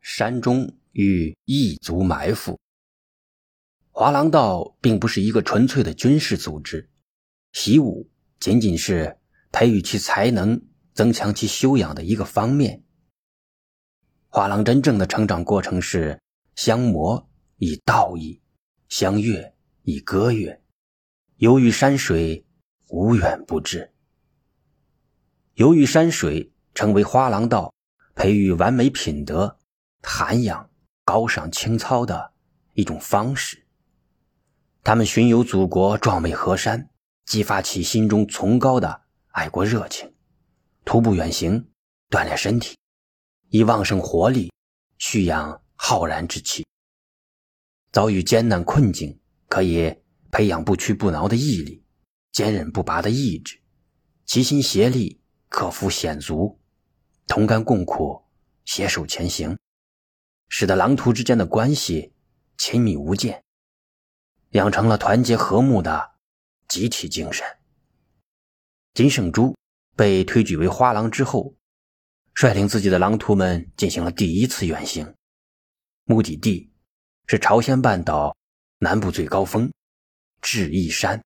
山中遇异族埋伏。华郎道并不是一个纯粹的军事组织，习武仅仅是培育其才能、增强其修养的一个方面。华郎真正的成长过程是相磨以道义，相悦以歌乐，游于山水，无远不至。游于山水成为华郎道培育完美品德、涵养高尚情操的一种方式。他们巡游祖国壮美河山，激发起心中崇高的爱国热情，徒步远行锻炼身体，以旺盛活力蓄养浩然之气。遭遇艰难困境，可以培养不屈不挠的毅力，坚韧不拔的意志，齐心协力克服险阻，同甘共苦，携手前行，使得狼徒之间的关系亲密无间，养成了团结和睦的集体精神。金圣珠被推举为花郎之后，率领自己的狼徒们进行了第一次远行，目的地是朝鲜半岛南部最高峰智异山。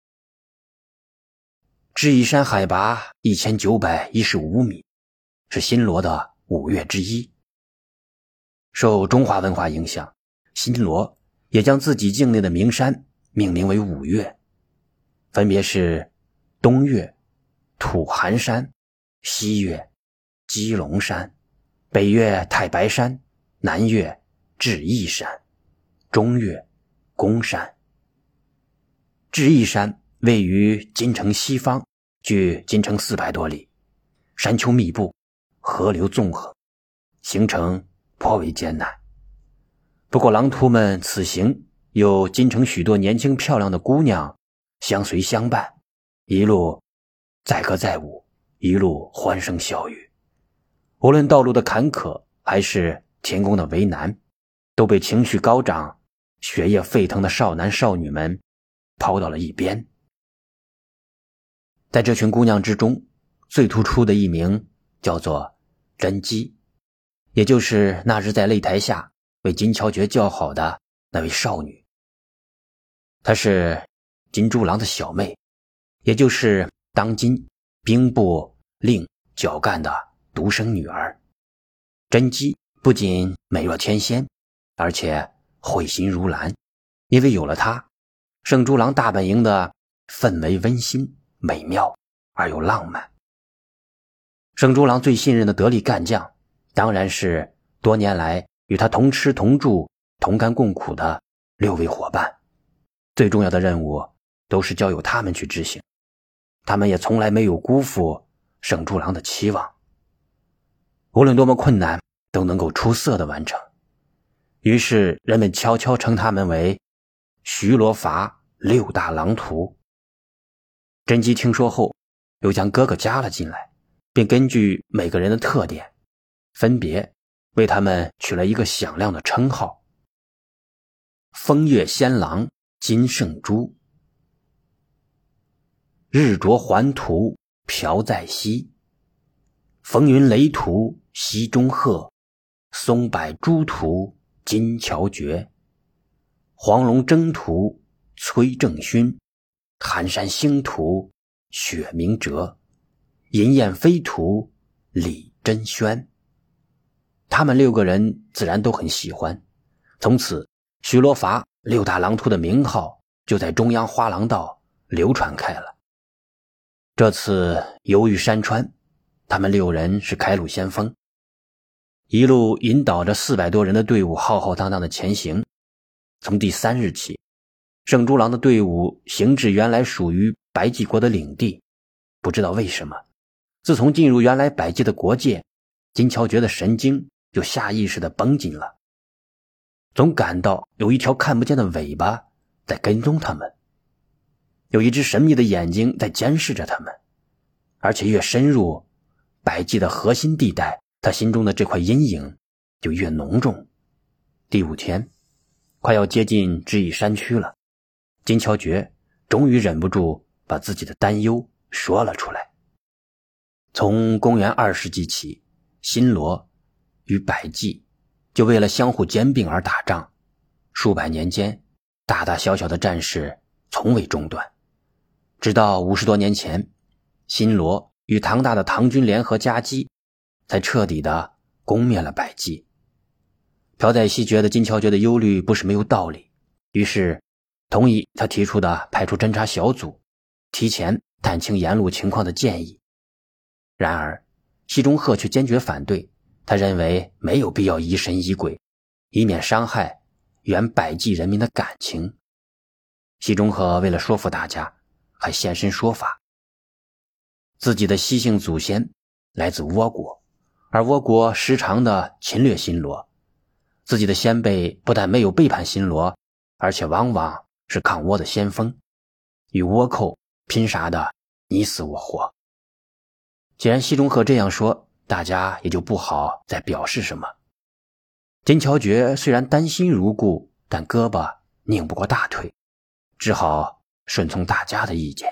智异山海拔1915米，是新罗的5岳之一。受中华文化影响，新罗也将自己境内的名山命名为5岳，分别是东岳土寒山，西岳基隆山，北岳太白山，南岳智异山，中岳公山。智异山位于金城西方，距金城400多里，山丘密布，河流纵横，行程颇为艰难。不过狼徒们此行有金城许多年轻漂亮的姑娘相随相伴，一路载歌载舞，一路欢声笑语。无论道路的坎坷还是天公的为难，都被情绪高涨、血液沸腾的少男少女们抛到了一边。在这群姑娘之中，最突出的一名叫做甄姬，也就是那日在擂台下为金乔觉叫好的那位少女。她是金珠郎的小妹，也就是当今兵部令脚干的独生女儿。甄姬不仅美若天仙，而且慧心如兰，因为有了她，圣珠郎大本营的氛围温馨美妙而又浪漫。圣珠郎最信任的得力干将当然是多年来与他同吃同住同甘共苦的6位伙伴，最重要的任务都是交由他们去执行，他们也从来没有辜负圣珠郎的期望，无论多么困难都能够出色的完成。于是人们悄悄称他们为徐罗伐6大狼徒。甄姬听说后，又将哥哥加了进来，并根据每个人的特点，分别为他们取了一个响亮的称号：风月仙郎金圣珠，日灼环图朴在西，风云雷图西中鹤，松柏诸图金乔觉，黄龙征途崔正勋，寒山星途雪明哲，银燕飞图李真轩。他们6个人自然都很喜欢，从此徐罗伐6大狼徒的名号就在中央花郎道流传开了。这次游于山川，他们6人是开路先锋，一路引导着400多人的队伍浩浩荡荡的前行。从第3日起，圣珠郎的队伍行至原来属于白济国的领地，不知道为什么，自从进入原来百济的国界，金乔觉的神经就下意识地绷紧了，总感到有一条看不见的尾巴在跟踪他们，有一只神秘的眼睛在监视着他们，而且越深入百济的核心地带，他心中的这块阴影就越浓重。第5天，快要接近智异山区了，金乔觉终于忍不住把自己的担忧说了出来。从公元2世纪起，新罗与百济就为了相互兼并而打仗，数百年间，大大小小的战事从未中断。直到50多年前，新罗与唐大的唐军联合夹击，才彻底的攻灭了百济。朴载熙觉得金乔觉的忧虑不是没有道理，于是同意他提出的派出侦察小组提前探清沿路情况的建议。然而奚中鹤却坚决反对，他认为没有必要疑神疑鬼，以免伤害原百济人民的感情。奚中鹤为了说服大家，还现身说法。自己的西姓祖先来自倭国，而倭国时常的侵略新罗，自己的先辈不但没有背叛新罗，而且往往是抗倭的先锋，与倭寇拼杀的你死我活。既然奚中鹤这样说，大家也就不好再表示什么。金乔觉虽然担心如故，但胳膊拧不过大腿，只好顺从大家的意见。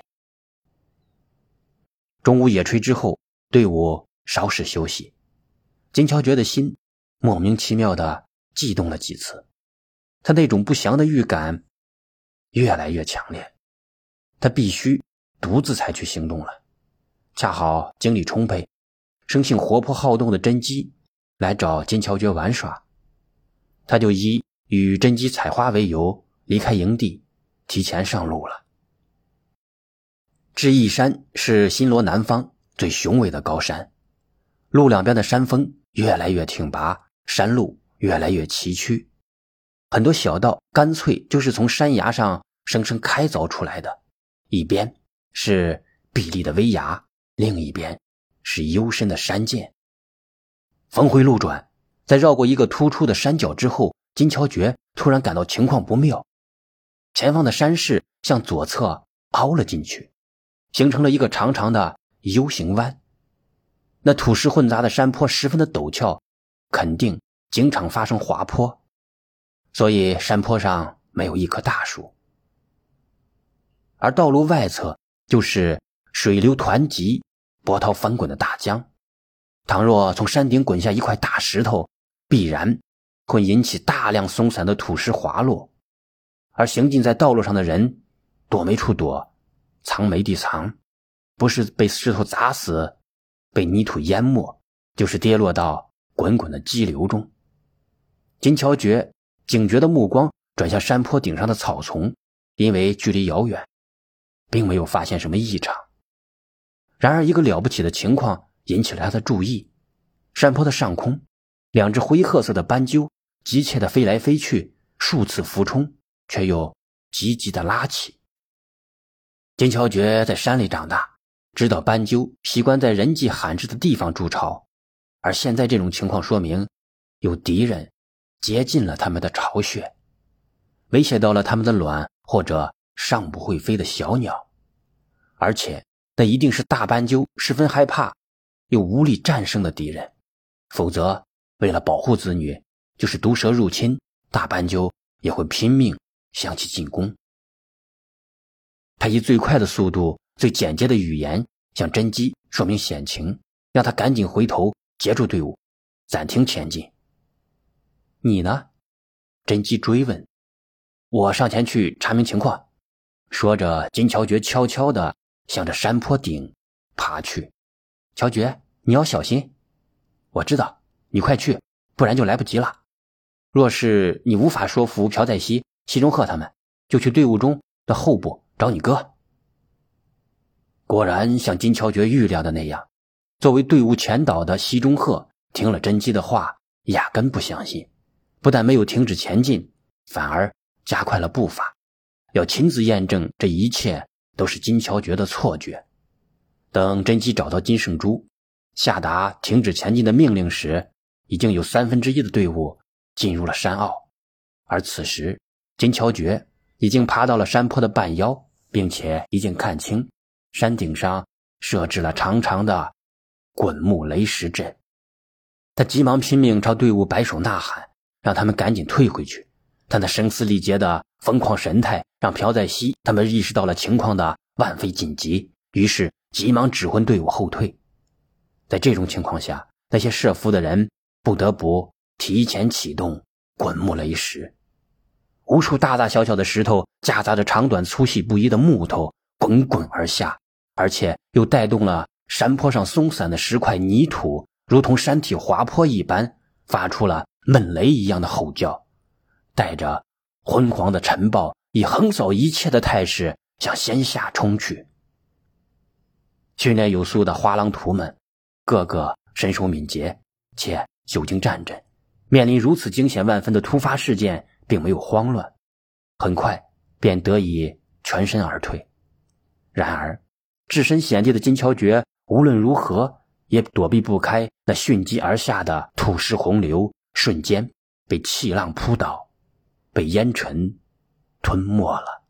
中午野炊之后，队伍稍事休息，金乔觉的心莫名其妙地悸动了几次，他那种不祥的预感越来越强烈，他必须独自采取行动了。恰好精力充沛、生性活泼好动的甄姬来找金乔觉玩耍，他就以与甄姬采花为由离开营地，提前上路了。智异山是新罗南方最雄伟的高山，路两边的山峰越来越挺拔，山路越来越崎岖，很多小道干脆就是从山崖上生生开凿出来的，一边是壁立的危崖，另一边是幽深的山涧。峰回路转，在绕过一个突出的山脚之后，金乔觉突然感到情况不妙，前方的山势向左侧凹了进去，形成了一个长长的 U 型弯。那土石混杂的山坡十分的陡峭，肯定经常发生滑坡，所以山坡上没有一棵大树。而道路外侧就是水流湍急、波涛翻滚的大江，倘若从山顶滚下一块大石头，必然会引起大量松散的土石滑落，而行进在道路上的人躲没处躲，藏没地藏，不是被石头砸死，被泥土淹没，就是跌落到滚滚的激流中。金乔觉警觉的目光转向山坡顶上的草丛，因为距离遥远，并没有发现什么异常。然而一个了不起的情况引起了他的注意，山坡的上空，两只灰褐色的斑鸠急切地飞来飞去，数次俯冲，却又急急地拉起。金乔觉在山里长大，知道斑鸠习惯在人迹罕至的地方筑巢，而现在这种情况说明有敌人接近了他们的巢穴，威胁到了他们的卵或者尚不会飞的小鸟，而且那一定是大斑鸠十分害怕又无力战胜的敌人，否则为了保护子女，就是毒蛇入侵，大斑鸠也会拼命向其进攻。他以最快的速度、最简洁的语言向甄姬说明险情，让他赶紧回头截住队伍，暂停前进。你呢？甄姬追问。我上前去查明情况。说着，金乔觉悄悄地向着山坡顶爬去。乔觉，你要小心。我知道，你快去，不然就来不及了。若是你无法说服朴载熙、奚中鹤他们，就去队伍中的后部找你哥。果然像金乔觉预料的那样，作为队伍前导的奚中鹤听了甄姬的话，压根不相信，不但没有停止前进，反而加快了步伐，要亲自验证这一切都是金乔觉的错觉。等甄姬找到金圣珠，下达停止前进的命令时，已经有1/3的队伍进入了山坳，而此时金乔觉已经爬到了山坡的半腰，并且已经看清山顶上设置了长长的滚木雷石阵。他急忙拼命朝队伍摆手呐喊，让他们赶紧退回去。他那声嘶力竭的疯狂神态让朴载熙他们意识到了情况的万分紧急，于是急忙指挥队伍后退。在这种情况下，那些设伏的人不得不提前启动滚木雷石，无数大大小小的石头夹杂着长短粗细不一的木头滚滚而下，而且又带动了山坡上松散的石块泥土，如同山体滑坡一般，发出了闷雷一样的吼叫，带着昏黄的尘暴，以横扫一切的态势向仙下冲去。训练有素的花狼徒们个个身手敏捷且久经战阵，面临如此惊险万分的突发事件并没有慌乱，很快便得以全身而退。然而置身险地的金乔觉无论如何也躲避不开那迅疾而下的土石洪流，瞬间被气浪扑倒，被烟尘吞没了。